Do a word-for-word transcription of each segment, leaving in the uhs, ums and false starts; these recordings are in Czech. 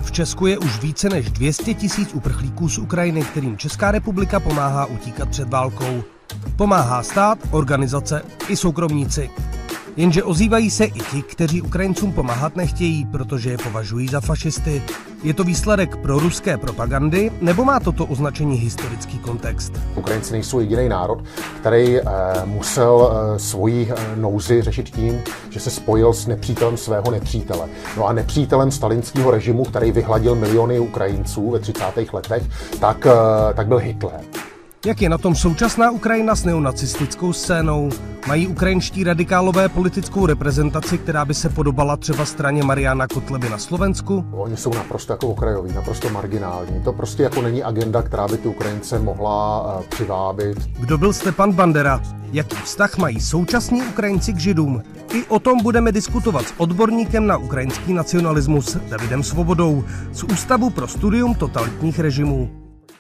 V Česku je už více než dvě stě tisíc uprchlíků z Ukrajiny, kterým Česká republika pomáhá utíkat před válkou. Pomáhá stát, organizace i soukromníci. Jenže ozývají se i ti, kteří Ukrajincům pomáhat nechtějí, protože je považují za fašisty. Je to výsledek proruské propagandy, nebo má toto označení historický kontext? Ukrajinci nejsou jediný národ, který eh, musel eh, svoji eh, nouzi řešit tím, že se spojil s nepřítelem svého nepřítele. No a nepřítelem stalinského režimu, který vyhladil miliony Ukrajinců ve třicátých letech, tak, eh, tak byl Hitler. Jak je na tom současná Ukrajina s neonacistickou scénou? Mají ukrajinští radikálové politickou reprezentaci, která by se podobala třeba straně Mariana Kotleby na Slovensku? Oni jsou naprosto jako okrajoví, naprosto marginální. To prostě jako není agenda, která by ty Ukrajince mohla uh, přivábit. Kdo byl Stepan Bandera? Jaký vztah mají současní Ukrajinci k Židům? I o tom budeme diskutovat s odborníkem na ukrajinský nacionalismus Davidem Svobodou z Ústavu pro studium totalitních režimů.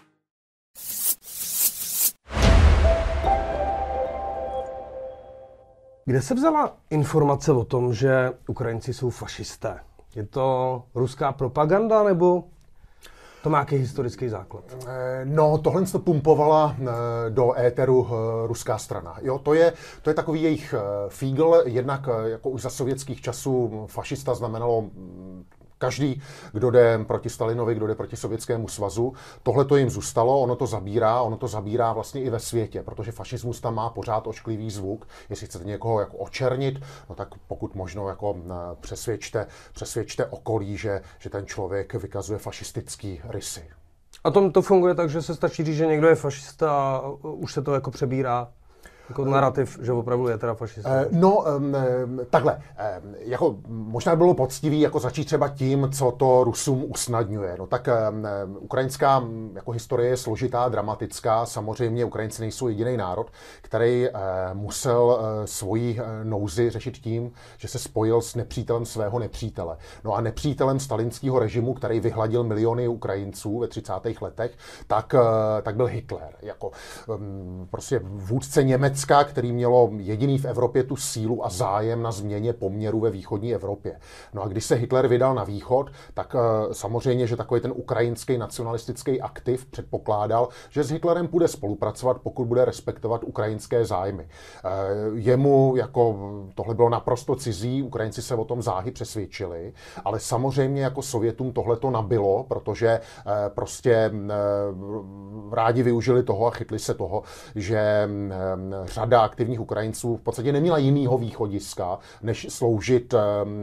Kde se vzala informace o tom, že Ukrajinci jsou fašisté? Je to ruská propaganda, nebo to má nějaký historický základ? No, tohle to pumpovala do éteru ruská strana. Jo, to je, to je takový jejich fígl, jednak jako už za sovětských časů fašista znamenalo každý, kdo jde proti Stalinovi, kdo jde proti Sovětskému svazu. Tohle to jim zůstalo, ono to zabírá, ono to zabírá vlastně i ve světě, protože fašismus tam má pořád ošklivý zvuk. Jestli chcete někoho jako očernit, no tak pokud možno jako přesvědčte, přesvědčte okolí, že, že ten člověk vykazuje fašistický rysy. A tom to funguje tak, že se stačí říct, že někdo je fašista a už se to jako přebírá? Jako narrativ, že opravdu je teda fašista. No, takhle. Jako, možná by bylo poctivý jako začít třeba tím, co to Rusům usnadňuje. No tak ukrajinská jako historie je složitá, dramatická. Samozřejmě Ukrajinci nejsou jediný národ, který musel svoji nouzi řešit tím, že se spojil s nepřítelem svého nepřítele. No a nepřítelem stalinského režimu, který vyhladil miliony Ukrajinců ve třicátých letech, tak, tak byl Hitler. Jako prostě vůdce Německa, který mělo jediný v Evropě tu sílu a zájem na změně poměru ve východní Evropě. No a když se Hitler vydal na východ, tak uh, samozřejmě, že takový ten ukrajinský nacionalistický aktiv předpokládal, že s Hitlerem bude spolupracovat, pokud bude respektovat ukrajinské zájmy. Uh, jemu jako tohle bylo naprosto cizí, Ukrajinci se o tom záhy přesvědčili, ale samozřejmě jako Sovětům tohle to nabilo, protože uh, prostě uh, rádi využili toho a chytli se toho, že uh, řada aktivních Ukrajinců v podstatě neměla jinýho východiska, než sloužit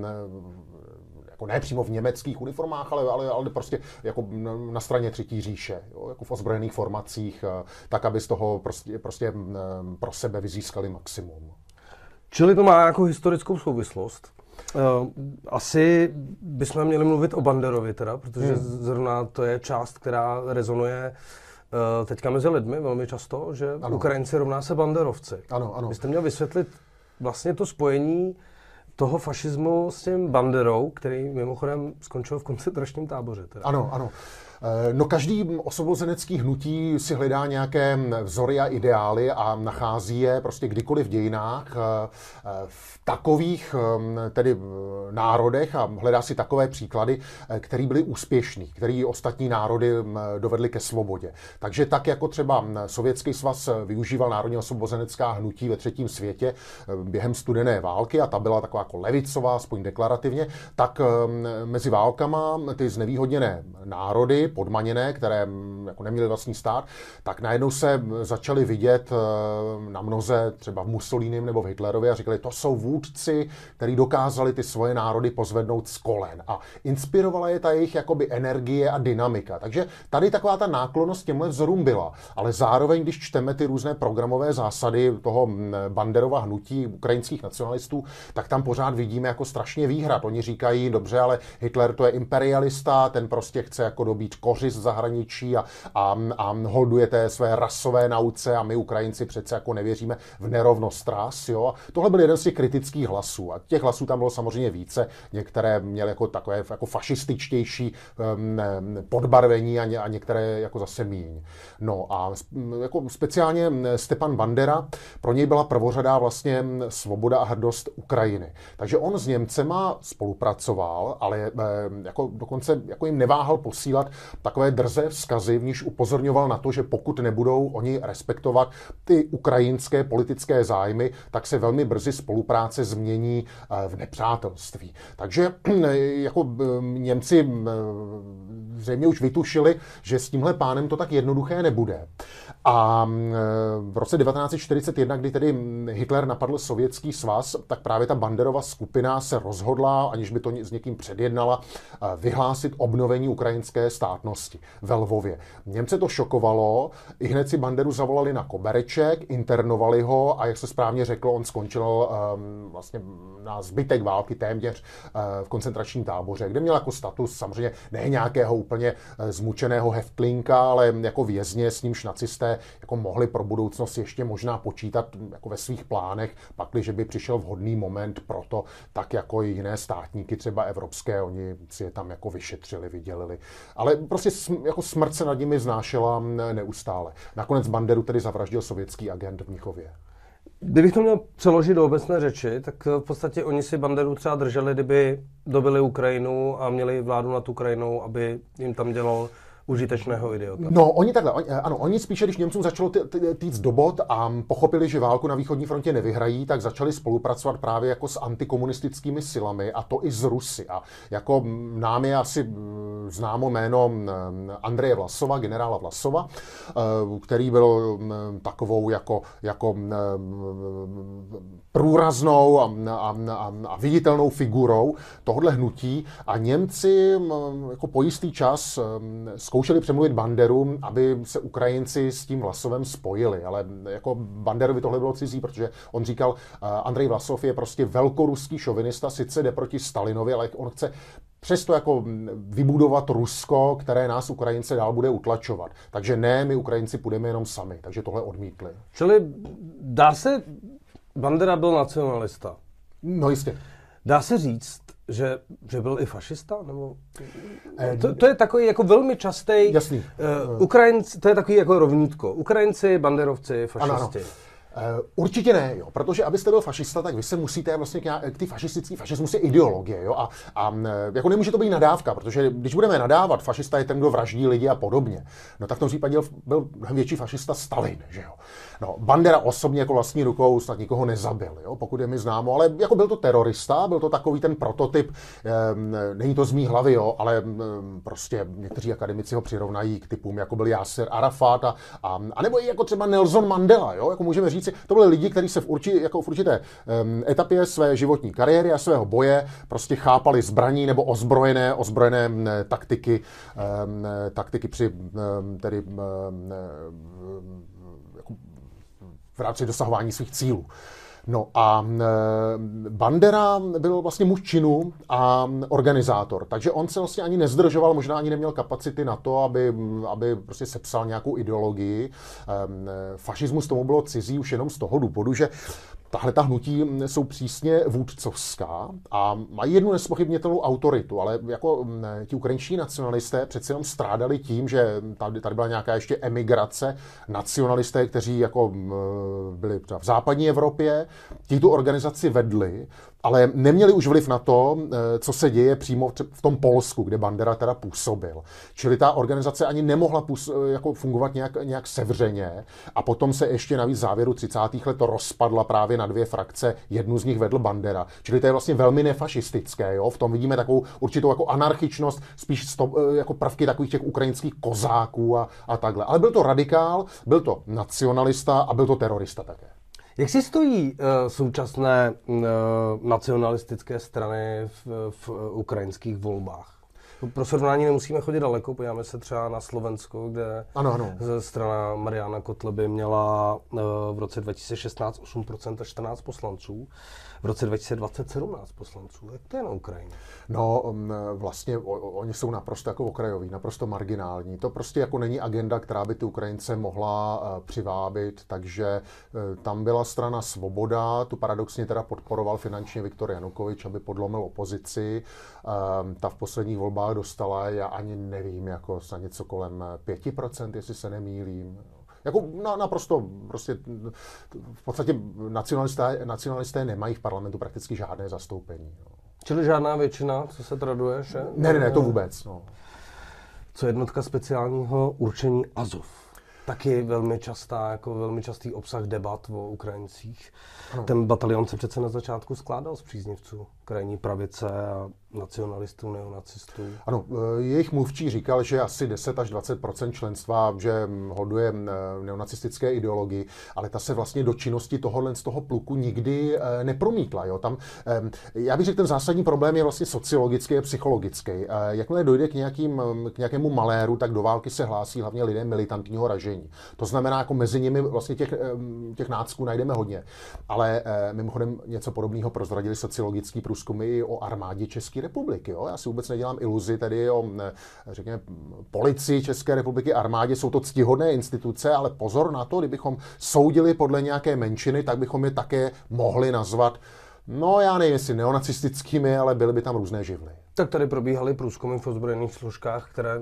jako ne přímo v německých uniformách, ale, ale, ale prostě jako na straně třetí říše, jo, jako v ozbrojených formacích, tak, aby z toho prostě, prostě pro sebe vyzískali maximum. Čili to má jako historickou souvislost. Asi bychom měli mluvit o Banderovi teda, protože hmm. zrovna to je část, která rezonuje teďka mezi lidmi velmi často, že ano. Ukrajinci rovná se banderovci. Ano, ano. Byste měl vysvětlit vlastně to spojení toho fašismu s tím Banderou, který mimochodem skončil v koncentračním táboře. Teda. Ano, ano. No každý osvobozenecký hnutí si hledá nějaké vzory a ideály a nachází je prostě kdykoliv v dějinách v takových tedy národech a hledá si takové příklady, které byly úspěšný, které ostatní národy dovedly ke svobodě. Takže tak jako třeba Sovětský svaz využíval národně osvobozenecká hnutí ve třetím světě během studené války a ta byla taková jako levicová, aspoň deklarativně, tak mezi válkama ty znevýhodněné národy podmaněné, které jako neměly vlastní stát, tak najednou se začali vidět na mnoze, třeba v Mussolinim nebo v Hitlerovi a říkali, to jsou vůdci, kteří dokázali ty svoje národy pozvednout z kolen. A inspirovala je ta jejich jakoby energie a dynamika. Takže tady taková ta náklonnost těmhle vzorům byla. Ale zároveň, když čteme ty různé programové zásady toho Banderova hnutí ukrajinských nacionalistů, tak tam pořád vidíme jako strašně výhrad. Oni říkají, dobře, ale Hitler to je imperialista, ten prostě chce jako dobít kořist v zahraničí a, a, a holdujete své rasové nauce a my Ukrajinci přece jako nevěříme v nerovnost ras. Jo? Tohle byl jeden z těch kritických hlasů a těch hlasů tam bylo samozřejmě více. Některé měly jako takové jako fašističtější um, podbarvení a, ně, a některé jako zase míň. No a jako speciálně Stepan Bandera, pro něj byla prvořadá vlastně svoboda a hrdost Ukrajiny. Takže on s Němcema spolupracoval, ale jako dokonce jako jim neváhal posílat takové drzé vzkazy, v níž upozorňoval na to, že pokud nebudou oni respektovat ty ukrajinské politické zájmy, tak se velmi brzy spolupráce změní v nepřátelství. Takže jako Němci zřejmě už vytušili, že s tímhle pánem to tak jednoduché nebude. A v roce devatenáct set čtyřicet jedna, kdy tedy Hitler napadl Sovětský svaz, tak právě ta Banderova skupina se rozhodla, aniž by to s někým předjednala, vyhlásit obnovení ukrajinské státnosti ve Lvově. Němce to šokovalo, i hned si Banderu zavolali na kobereček, internovali ho a jak se správně řeklo, on skončil um, vlastně na zbytek války téměř uh, v koncentračním táboře, kde měl jako status samozřejmě ne nějakého úplně zmučeného heftlinka, ale jako vězně, s nímž nacisté jako mohli pro budoucnost ještě možná počítat jako ve svých plánech, pakliže by přišel vhodný moment pro to, tak jako i jiné státníky, třeba evropské, oni si je tam jako vyšetřili, vydělili. Ale prostě jako smrt se nad nimi znášela neustále. Nakonec Banderu tedy zavraždil sovětský agent v Mnichově. Kdybych to měl přeložit do obecné řeči, tak v podstatě oni si Banderu třeba drželi, kdyby dobili Ukrajinu a měli vládu nad Ukrajinou, aby jim tam dělal užitečného idiota. No, oni takhle, oni, ano, oni spíše, když Němcům začalo týct do bod a pochopili, že válku na východní frontě nevyhrají, tak začali spolupracovat právě jako s antikomunistickými silami a to i s Rusy. A jako nám je asi známo jméno Andreje Vlasova, generála Vlasova, který byl takovou jako, jako průraznou a, a, a, a viditelnou figurou tohohle hnutí a Němci jako po jistý čas zkoušeli přemluvit Banderu, aby se Ukrajinci s tím Vlasovem spojili, ale jako Banderovi tohle bylo cizí, protože on říkal, Andrej Vlasov je prostě velkoruský šovinista, sice jde proti Stalinovi, ale on chce přesto jako vybudovat Rusko, které nás Ukrajince dál bude utlačovat. Takže ne, my Ukrajinci půjdeme jenom sami, takže tohle odmítli. Čili dá se, Bandera byl nacionalista. No jistě. Dá se říct, Že, že byl i fašista? Nebo... To, to je takový jako velmi častý. Jasný. Uh, Ukrajinci, to je takový jako rovnítko. Ukrajinci, banderovci, fašisti. Ano, ano. Určitě ne, jo, protože abyste byl fašista, tak vy se musíte vlastně k ty fašistický fašismus je ideologie, jo, a, a jako nemůže to být nadávka, protože když budeme nadávat, fašista je ten, kdo vraždí lidi a podobně, no tak v tom případě byl větší fašista Stalin, že jo. No, Bandera osobně jako vlastní rukou snad nikoho nezabil, jo, pokud je mi známo, ale jako byl to terorista, byl to takový ten prototyp, e, není to z mý hlavy, jo, ale e, prostě někteří akademici ho přirovnají k typům, jako byl Yasser Arafat a, a, a nebo i jako třeba Nelson Mandela, jo, jako můžeme říct, to byly lidi, kteří se v, urči, jako v určité um, etapě své životní kariéry a svého boje prostě chápali zbraní nebo ozbrojené, ozbrojené um, taktiky, um, taktiky při um, tedy um, um, jako v rámci dosahování svých cílů. No a Bandera byl vlastně muž činu a organizátor, takže on se vlastně ani nezdržoval, možná ani neměl kapacity na to, aby, aby prostě sepsal nějakou ideologii. Fašismus tomu bylo cizí už jenom z toho důvodu, že tahle ta hnutí jsou přísně vůdcovská a mají jednu nespochybnitelnou autoritu, ale jako ti ukrajinští nacionalisté přeci jenom strádali tím, že tady, tady byla nějaká ještě emigrace, nacionalisté, kteří jako byli v západní Evropě, ti tu organizaci vedli, ale neměli už vliv na to, co se děje přímo v tom Polsku, kde Bandera teda působil. Čili ta organizace ani nemohla půs- jako fungovat nějak, nějak sevřeně a potom se ještě navíc v závěru třicátých let to rozpadla právě na dvě frakce, jednu z nich vedl Bandera. Čili to je vlastně velmi nefašistické, jo? V tom vidíme takovou určitou jako anarchičnost, spíš stop, jako prvky takových těch ukrajinských kozáků a, a takhle. Ale byl to radikál, byl to nacionalista a byl to terorista také. Jak si stojí uh, současné uh, nacionalistické strany v, v ukrajinských volbách? Pro srovnání nemusíme chodit daleko, podíváme se třeba na Slovensko, kde ano, ano. strana Mariana Kotleby měla v roce dva tisíce šestnáct osm procent a čtrnáct poslanců, v roce dva tisíce dvacet sedmnáct poslanců. Jak to je na Ukrajině? No, vlastně oni jsou naprosto jako okrajoví, naprosto marginální. To prostě jako není agenda, která by ty Ukrajince mohla přivábit, takže tam byla strana Svoboda, tu paradoxně teda podporoval finančně Viktor Janukovič, aby podlomil opozici. Ta v posledních volbách dostala, já ani nevím, jako za něco kolem pět procent, jestli se nemýlím. Jako na, naprosto prostě v podstatě nacionalisté, nacionalisté nemají v parlamentu prakticky žádné zastoupení. No. Čili žádná většina, co se traduje, že? Ne, ne, ne, to vůbec. No. Co jednotka speciálního určení Azov? Taky velmi častá, jako velmi častý obsah debat o Ukrajincích. Ano. Ten batalion se přece na začátku skládal z příznivců krajní pravice a nacionalistů, neonacistů. Ano, jejich mluvčí říkal, že asi deset až dvacet procent členstva, že hoduje neonacistické ideologii, ale ta se vlastně do činnosti tohohle z toho pluku nikdy nepromítla. Jo? Tam, já bych řekl, ten zásadní problém je vlastně sociologický a psychologický. Jakmile dojde k, nějakým, k nějakému maléru, tak do války se hlásí hlavně lidé militantního ražení. To znamená, jako mezi nimi vlastně těch, těch nácků najdeme hodně. Ale mimochodem něco podobného prozradili sociologický průzkumy o armádě České republiky. Jo? Já si vůbec nedělám iluzi tady o, řekněme, policii České republiky, armádě. Jsou to ctihodné instituce, ale pozor na to, kdybychom soudili podle nějaké menšiny, tak bychom je také mohli nazvat, no já nevím, jestli neonacistickými, ale byly by tam různé živly. Tak tady probíhaly průzkumy v ozbrojených složkách, které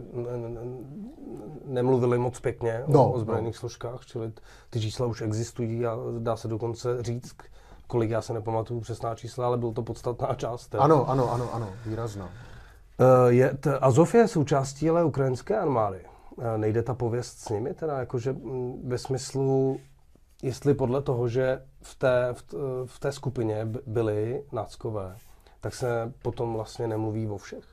nemluvily moc pěkně no, o ozbrojených no. složkách, čili ty čísla už existují a dá se dokonce říct, kolik já se nepamatuju přesná čísla, ale byl to podstatná část. Teda. Ano, ano, ano, ano, výrazná. Je, t, Azov je součástí ale ukrajinské armády. Nejde ta pověst s nimi, teda jakože ve smyslu, jestli podle toho, že v té, v, v té skupině byli náckové, tak se potom vlastně nemluví o všech.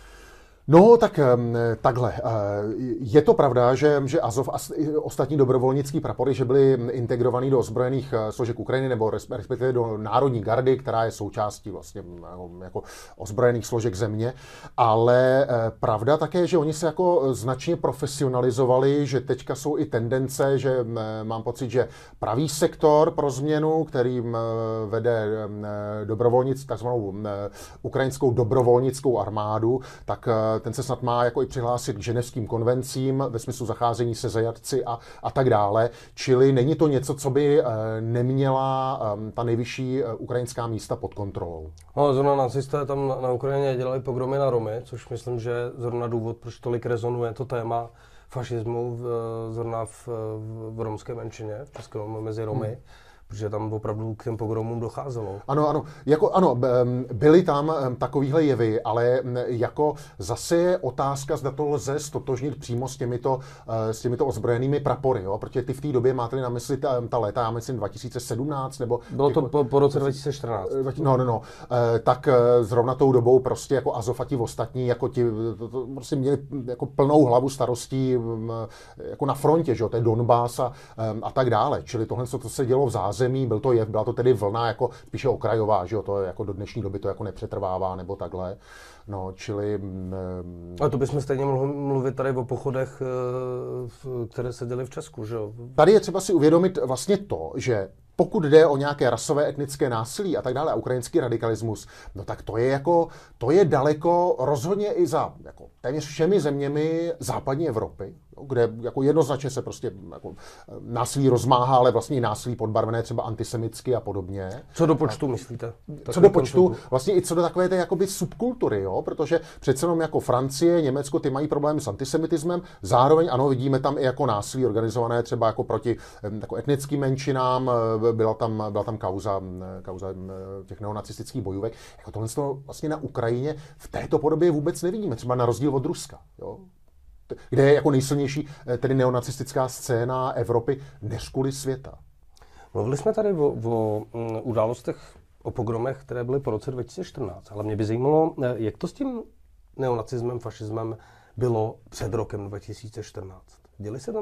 No, tak takhle. Je to pravda, že, že Azov a ostatní dobrovolnický prapory, že byly integrovaný do ozbrojených složek Ukrajiny nebo respektive do Národní gardy, která je součástí vlastně jako ozbrojených složek země. Ale pravda také, že oni se jako značně profesionalizovali, že teďka jsou i tendence, že mám pocit, že pravý sektor pro změnu, kterým vede dobrovolnic, takzvanou ukrajinskou dobrovolnickou armádu, tak ten se snad má jako i přihlásit k ženevským konvencím ve smyslu zacházení se zajatci a, a tak dále. Čili není to něco, co by neměla ta nejvyšší ukrajinská místa pod kontrolou. No, zrovna nacisté tam na Ukrajině dělali pogromy na Romy, což myslím, že je zrovna důvod, proč tolik rezonuje to téma fašismu v, zrovna v, v romské menšině, v českém mezi Romy. Hmm. Protože tam opravdu k těm pogromům docházelo. Ano, ano. Jako, ano, byly tam takovýhle jevy, ale jako zase je otázka, zda to lze stotožnit přímo s těmito, s těmito ozbrojenými prapory, jo? Protože ty v té době máte na mysli ta, ta léta, já myslím dva tisíce sedmnáct, nebo... Bylo to po, po roce dva tisíce čtrnáct. No, no, no. Tak zrovna tou dobou prostě jako Azov a ti ostatní, jako ti, to, to prostě měli jako plnou hlavu starostí jako na frontě, že jo? To je Donbas a, a tak dále. Čili tohle, co to se dělo v zázemí, zemí, byl to jev, byla to tedy vlna jako spíše okrajová, že jo, to jako do dnešní doby to jako nepřetrvává nebo takhle. No, čili... Um... Ale to bychom stejně mohli mluvit tady o pochodech, které se děly v Česku, že jo? Tady je třeba si uvědomit vlastně to, že pokud jde o nějaké rasové, etnické násilí a tak dále, a ukrajinský radikalismus, no tak to je jako, to je daleko rozhodně i za jako téměř všemi zeměmi západní Evropy, kde jako jednoznačně se prostě jako násilí rozmáhá, ale vlastně i násilí podbarvené třeba antisemicky a podobně. Co do počtu a, myslíte? Co do počtu, vlastně i co do takové té jakoby subkultury, jo? Protože přece jenom jako Francie, Německo, ty mají problémy s antisemitismem, zároveň ano, vidíme tam i jako násilí organizované třeba jako proti jako etnickým menšinám, byla tam, byla tam kauza, kauza těch neonacistických bojůvek. Jako tohle vlastně na Ukrajině v této podobě vůbec nevidíme, třeba na rozdíl od Ruska, jo? Kde je jako nejsilnější tedy neonacistická scéna Evropy než kvůli světa. Mluvili jsme tady o, o událostech, o pogromech, které byly po roce dva tisíce čtrnáct, ale mě by zajímalo, jak to s tím neonacismem, fašismem bylo před rokem dva tisíce čtrnáct. Děli se tam?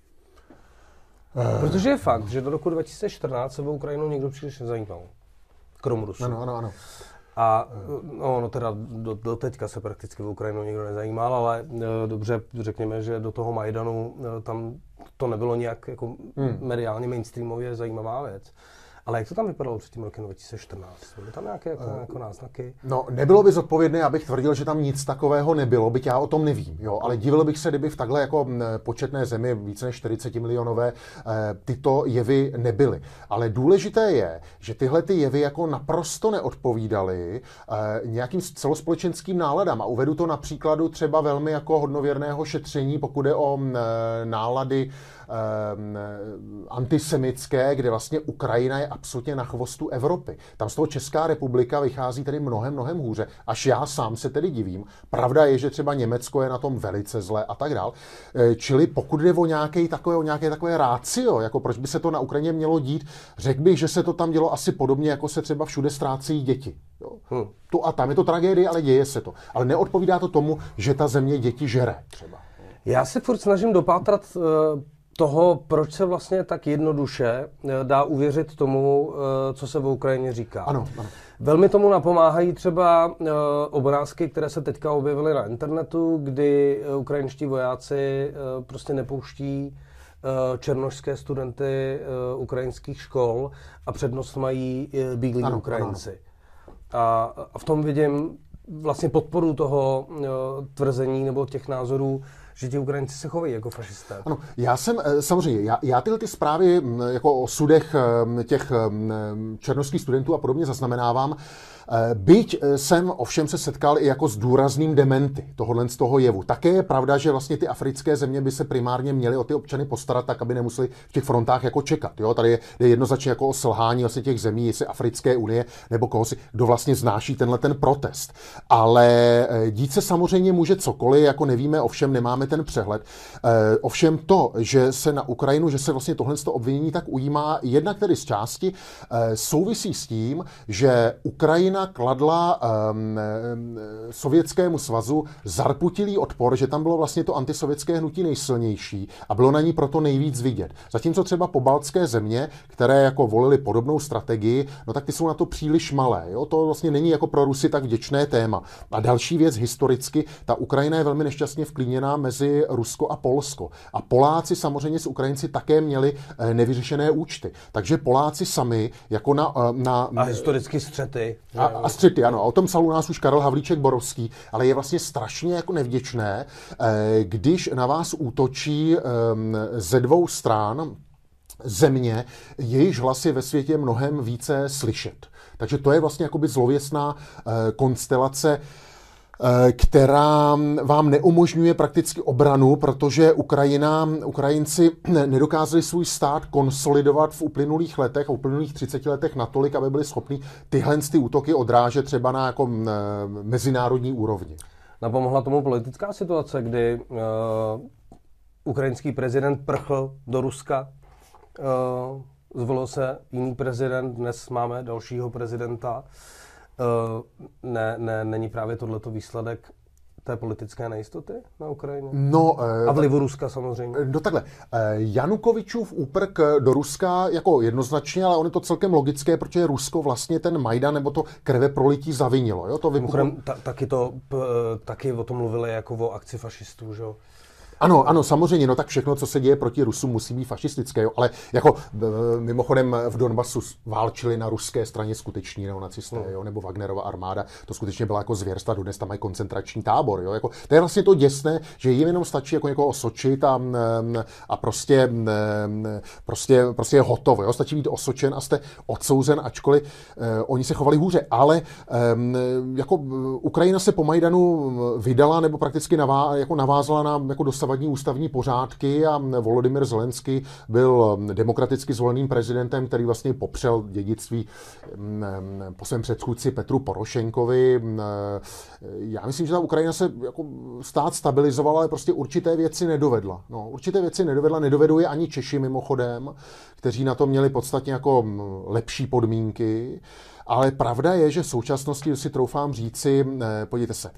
Protože je fakt, že do roku dva tisíce čtrnáct se o Ukrajinu nikdo příliš nezajímal. Krom Rusů. Ano, ano, ano. A no, no teda do, do teďka se prakticky v Ukrajinu nikdo nezajímal, ale e, dobře řekněme, že do toho Majdanu e, tam to nebylo nějak jako hmm. mediálně mainstreamově zajímavá věc. Ale jak to tam vypadalo před tím rokem dva tisíce čtrnáct? Byly tam nějaké jako, uh, jako náznaky? No, nebylo by zodpovědné, abych tvrdil, že tam nic takového nebylo, byť já o tom nevím. Jo? Ale divil bych se, kdyby v takhle jako početné zemi, více než čtyřicet milionové, tyto jevy nebyly. Ale důležité je, že tyhle ty jevy jako naprosto neodpovídaly nějakým celospolečenským náladám. A uvedu to na příkladu třeba velmi jako hodnověrného šetření, pokud jde o nálady antisemické, kde vlastně Ukrajina je absolutně na chvostu Evropy. Tam z toho Česká republika vychází tedy mnohem, mnohem hůře. Až já sám se tedy divím. Pravda je, že třeba Německo je na tom velice zle a tak dál. Čili pokud jde o nějaké takové, o nějaké takové rácio, jako proč by se to na Ukrajině mělo dít, řekl bych, že se to tam dělo asi podobně, jako se třeba všude ztrácejí děti. Jo. Hmm. Tu a tam je to tragédie, ale děje se to. Ale neodpovídá to tomu, že ta země děti žere třeba. Já se furt snažím dopátrat toho, proč se vlastně tak jednoduše dá uvěřit tomu, co se v Ukrajině říká. Ano, ano. Velmi tomu napomáhají třeba obrázky, které se teďka objevily na internetu, kdy ukrajinští vojáci prostě nepouští černošské studenty ukrajinských škol a přednost mají bílí ano, Ukrajinci. Ano. A, a v tom vidím vlastně podporu toho tvrzení nebo těch názorů, že ti Ukrajinci se chovají jako fašisté. Ano, já jsem, samozřejmě, já, já tyhle ty zprávy jako o sudech těch černošských studentů a podobně zaznamenávám, byť jsem ovšem se setkal i jako s důrazným dementy tohohle z toho jevu. Také je pravda, že vlastně ty africké země by se primárně měly o ty občany postarat tak, aby nemuseli v těch frontách jako čekat. Jo? Tady je, je jednoznačně jako o selhání vlastně těch zemí, jestli Africké unie nebo koho si, kdo vlastně znáší tenhle ten protest. Ale dít se samozřejmě může cokoliv, jako nevíme, ovšem nemáme ten přehled. Ovšem to, že se na Ukrajinu, že se vlastně tohle z toho obvinění tak ujímá, jednak tedy z části souvisí s tím, že Ukrajina kladla um, Sovětskému svazu zarputilý odpor, že tam bylo vlastně to antisovětské hnutí nejsilnější a bylo na ní proto nejvíc vidět. Zatímco třeba pobaltské země, které jako volily podobnou strategii, no tak ty jsou na to příliš malé. Jo? To vlastně není jako pro Rusy tak vděčné téma. A další věc historicky, ta Ukrajina je velmi nešťastně vklíněná mezi Rusko a Polsko. A Poláci samozřejmě s Ukrajinci také měli nevyřešené účty. Takže Poláci sami jako na... na a historicky střety. A, a střety, ano. A o tom psal u nás už Karel Havlíček-Borovský, ale je vlastně strašně jako nevděčné, když na vás útočí ze dvou stran země, jejíž hlasy ve světě mnohem více slyšet. Takže to je vlastně jakoby zlověstná konstelace, která vám neumožňuje prakticky obranu, protože Ukrajina, Ukrajinci nedokázali svůj stát konsolidovat v uplynulých letech, v uplynulých třiceti letech natolik, aby byli schopni tyhle ty útoky odrážet třeba na jako mezinárodní úrovni. Napomohla tomu politická situace, kdy uh, ukrajinský prezident prchl do Ruska, uh, zvolil se jiný prezident, dnes máme dalšího prezidenta. Uh, ne, ne, není právě tohleto výsledek té politické nejistoty na Ukrajině? No, uh, a vlivu Ruska samozřejmě. No takhle, uh, Janukovičův úprk do Ruska jako jednoznačně, ale on je to celkem logické, protože Rusko vlastně ten Majdan nebo to krveprolití zavinilo. Jo? To vypuklo... ta, taky, to, p, taky o tom mluvili jako o akci fašistů, že jo? Ano, ano, samozřejmě, no tak všechno, co se děje proti Rusům, musí být fašistické, jo? Ale jako mimochodem v Donbasu válčili na ruské straně skuteční neonacisté, jo? Nebo Wagnerova armáda, to skutečně byla jako zvěrstva, dodnes tam mají koncentrační tábor, jo? Jako, to je vlastně to děsné, že jim jenom stačí jako někoho osočit a, a prostě, prostě, prostě je hotovo, jo? Stačí být osočen a jste odsouzen, ačkoliv eh, oni se chovali hůře, ale eh, jako Ukrajina se po Majdanu vydala nebo prakticky navá, jako navázala na jako dosavadní ústavní pořádky a Volodymyr Zelenský byl demokraticky zvoleným prezidentem, který vlastně popřel dědictví po svém předchůdci Petru Porošenkovi. Já myslím, že ta Ukrajina se jako stát stabilizovala, ale prostě určité věci nedovedla. No, určité věci nedovedla, nedovedou je ani Češi mimochodem, kteří na to měli podstatně jako lepší podmínky. Ale pravda je, že v současnosti si troufám říci, podívejte se,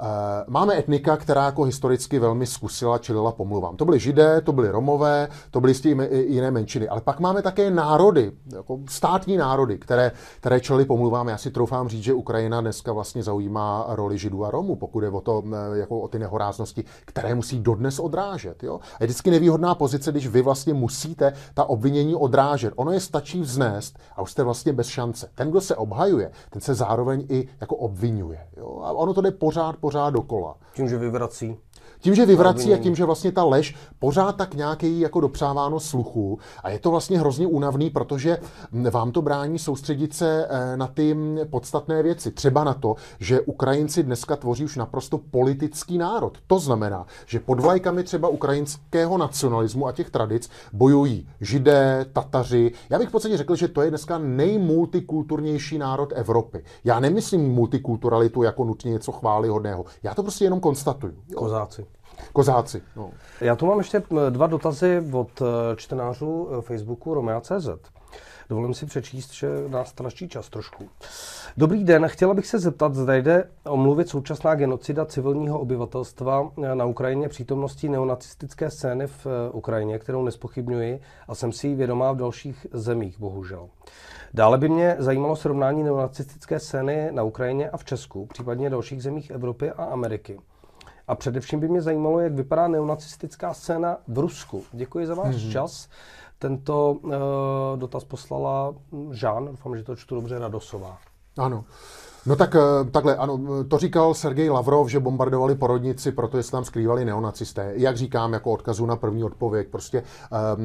máme etnika, která jako historicky velmi zkusila, čelila pomluvám. To byli Židé, to byli Romové, to byly i jiné menšiny. Ale pak máme také národy, jako státní národy, které, které čelily pomluvám. Já si troufám říct, že Ukrajina dneska vlastně zaujímá roli Židů a Romů, pokud je o, to, jako o ty nehoráznosti, které musí dodnes odrážet. Jo? A je vždycky nevýhodná pozice, když vy vlastně musíte ta obvinění odrážet. Ono je stačí vznést a už jste vlastně bez šance. Ten, kdo se obhajuje, ten se zároveň i jako obvinuje. Jo? A ono to jde pořád, pořád dokola. Tím, že vyvrací. Tím, že vyvrací a tím, že vlastně ta lež pořád tak nějaký jako dopřáváno sluchu a je to vlastně hrozně únavný, protože vám to brání soustředit se na ty podstatné věci. Třeba na to, že Ukrajinci dneska tvoří už naprosto politický národ. To znamená, že pod vlajkami třeba ukrajinského nacionalismu a těch tradic bojují Židé, Tataři. Já bych v podstatě řekl, že to je dneska nejmultikulturnější národ Evropy. Já nemyslím multikulturalitu jako nutně něco chvályhodného. Já to prostě jenom konstatuju. Kozáci. Kozáci. No. Já tu mám ještě dva dotazy od čtenářů Facebooku Romea tečka cé zet. Dovolím si přečíst, že nás tlačí čas trošku. Dobrý den, chtěla bych se zeptat, zda jde omluvit současná genocida civilního obyvatelstva na Ukrajině přítomností neonacistické scény v Ukrajině, kterou nespochybňuji a jsem si ji vědomá v dalších zemích, bohužel. Dále by mě zajímalo srovnání neonacistické scény na Ukrajině a v Česku, případně dalších zemích Evropy a Ameriky. A především by mě zajímalo, jak vypadá neonacistická scéna v Rusku. Děkuji za váš mm-hmm. čas. Tento uh, dotaz poslala Žán, doufám, že to čtu dobře, Radosová. Ano. No tak takhle, ano, to říkal Sergej Lavrov, že bombardovali porodnici, protože se tam skrývali neonacisté. Jak říkám, jako odkazu na první odpověď, prostě um,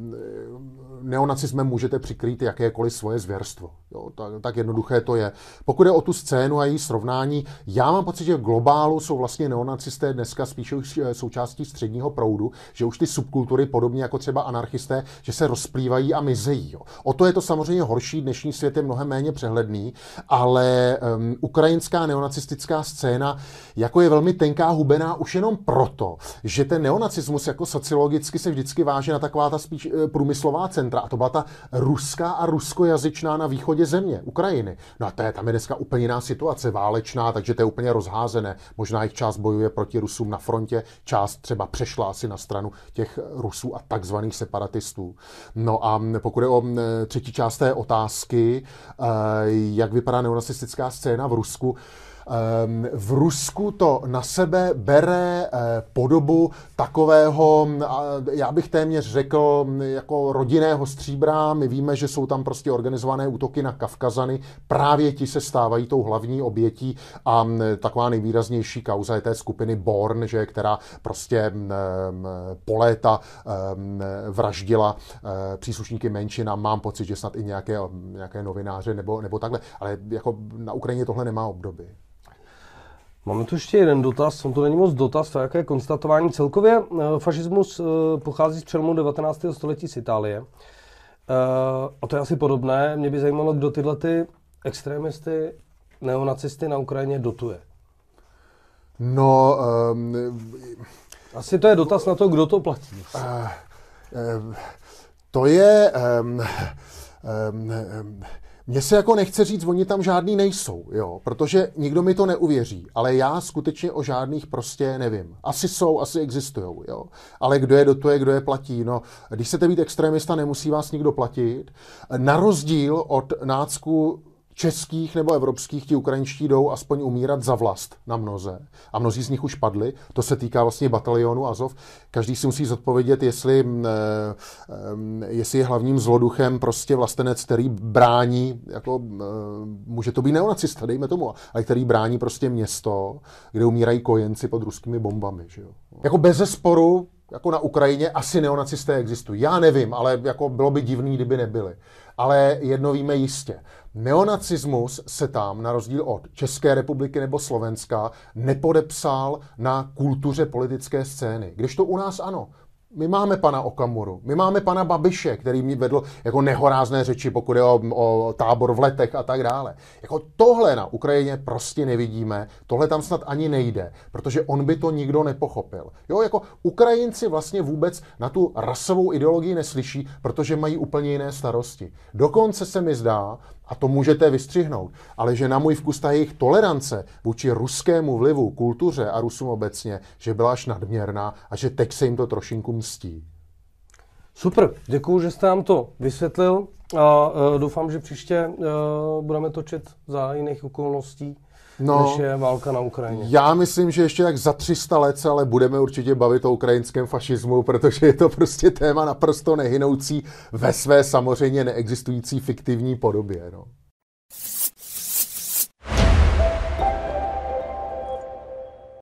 neonacismem můžete přikrýt jakékoliv svoje zvěrstvo. Jo, tak, tak jednoduché to je. Pokud je o tu scénu a její srovnání, já mám pocit, že v globálu jsou vlastně neonacisté dneska spíše už součástí středního proudu, že už ty subkultury, podobně jako třeba anarchisté, že se rozplývají a mizejí. Jo. O to je to samozřejmě horší, dnešní svět je mnohem méně přehledný, ale Um, ukrajinská neonacistická scéna jako je velmi tenká hubená už jenom proto, že ten neonacismus jako sociologicky se vždycky váže na taková ta spíš e, průmyslová centra a to byla ta ruská a ruskojazyčná na východě země, Ukrajiny. No a to je tam je dneska úplně jiná situace, válečná, takže to je úplně rozházené. Možná jich část bojuje proti Rusům na frontě, část třeba přešla asi na stranu těch Rusů a takzvaných separatistů. No a pokud je o třetí část té otázky, e, jak vypadá neonacistická scéna v Rusku. V Rusku to na sebe bere podobu takového, já bych téměř řekl, jako rodinného stříbra. My víme, že jsou tam prostě organizované útoky na Kavkazany. Právě ti se stávají tou hlavní obětí a taková nejvýraznější kauza je té skupiny Born, že, která prostě po léta vraždila příslušníky menšin a mám pocit, že snad i nějaké, nějaké novináře nebo, nebo takhle. Ale jako na Ukrajině tohle nemá obdoby. Máme tu ještě jeden dotaz, on to není moc dotaz, to je jaké konstatování. Celkově fašismus pochází z přelomu devatenáctého století z Itálie. A to je asi podobné. Mě by zajímalo, kdo tyhle ty extremisty, neonacisty na Ukrajině dotuje. No... Um, asi to je dotaz na to, kdo to platí. Uh, uh, to je... Um, um, um, Mně se jako nechce říct, oni tam žádný nejsou, jo, protože nikdo mi to neuvěří, ale já skutečně o žádných prostě nevím. Asi jsou, asi existujou, jo, ale kdo je dotuje, kdo je platí, no, když chcete být extremista, nemusí vás nikdo platit. Na rozdíl od nácku českých nebo evropských, ti ukrajinští jdou aspoň umírat za vlast na mnoze. A mnozí z nich už padli. To se týká vlastně batalionu Azov. Každý si musí zodpovědět, jestli, jestli je hlavním zloduchem prostě vlastenec, který brání, jako, může to být neonacista, dejme tomu, ale který brání prostě město, kde umírají kojenci pod ruskými bombami. Že jo? Jako bezesporu, jako na Ukrajině asi neonacisté existují. Já nevím, ale jako bylo by divný, kdyby nebyli. Ale jedno víme jistě. Neonacismus se tam, na rozdíl od České republiky nebo Slovenska, nepodepsal na kultuře politické scény. Když to u nás ano. My máme pana Okamuru, my máme pana Babiše, který mi vedl jako nehorázné řeči, pokud je o, o tábor v Letech a tak dále. Jako tohle na Ukrajině prostě nevidíme, tohle tam snad ani nejde, protože on by to nikdo nepochopil. Jo, jako Ukrajinci vlastně vůbec na tu rasovou ideologii neslyší, protože mají úplně jiné starosti. Dokonce se mi zdá, A to můžete vystřihnout. Ale že na můj vkus ta jejich tolerance vůči ruskému vlivu, kultuře a Rusům obecně, že byla až nadměrná a že teď se jim to trošinku mstí. Super, děkuju, že jste nám to vysvětlil a uh, doufám, že příště uh, budeme točit za jiných okolností, no, než je válka na Ukrajině. Já myslím, že ještě tak za tři sta let se ale budeme určitě bavit o ukrajinském fašismu, protože je to prostě téma naprosto nehynoucí ve své samozřejmě neexistující fiktivní podobě. No.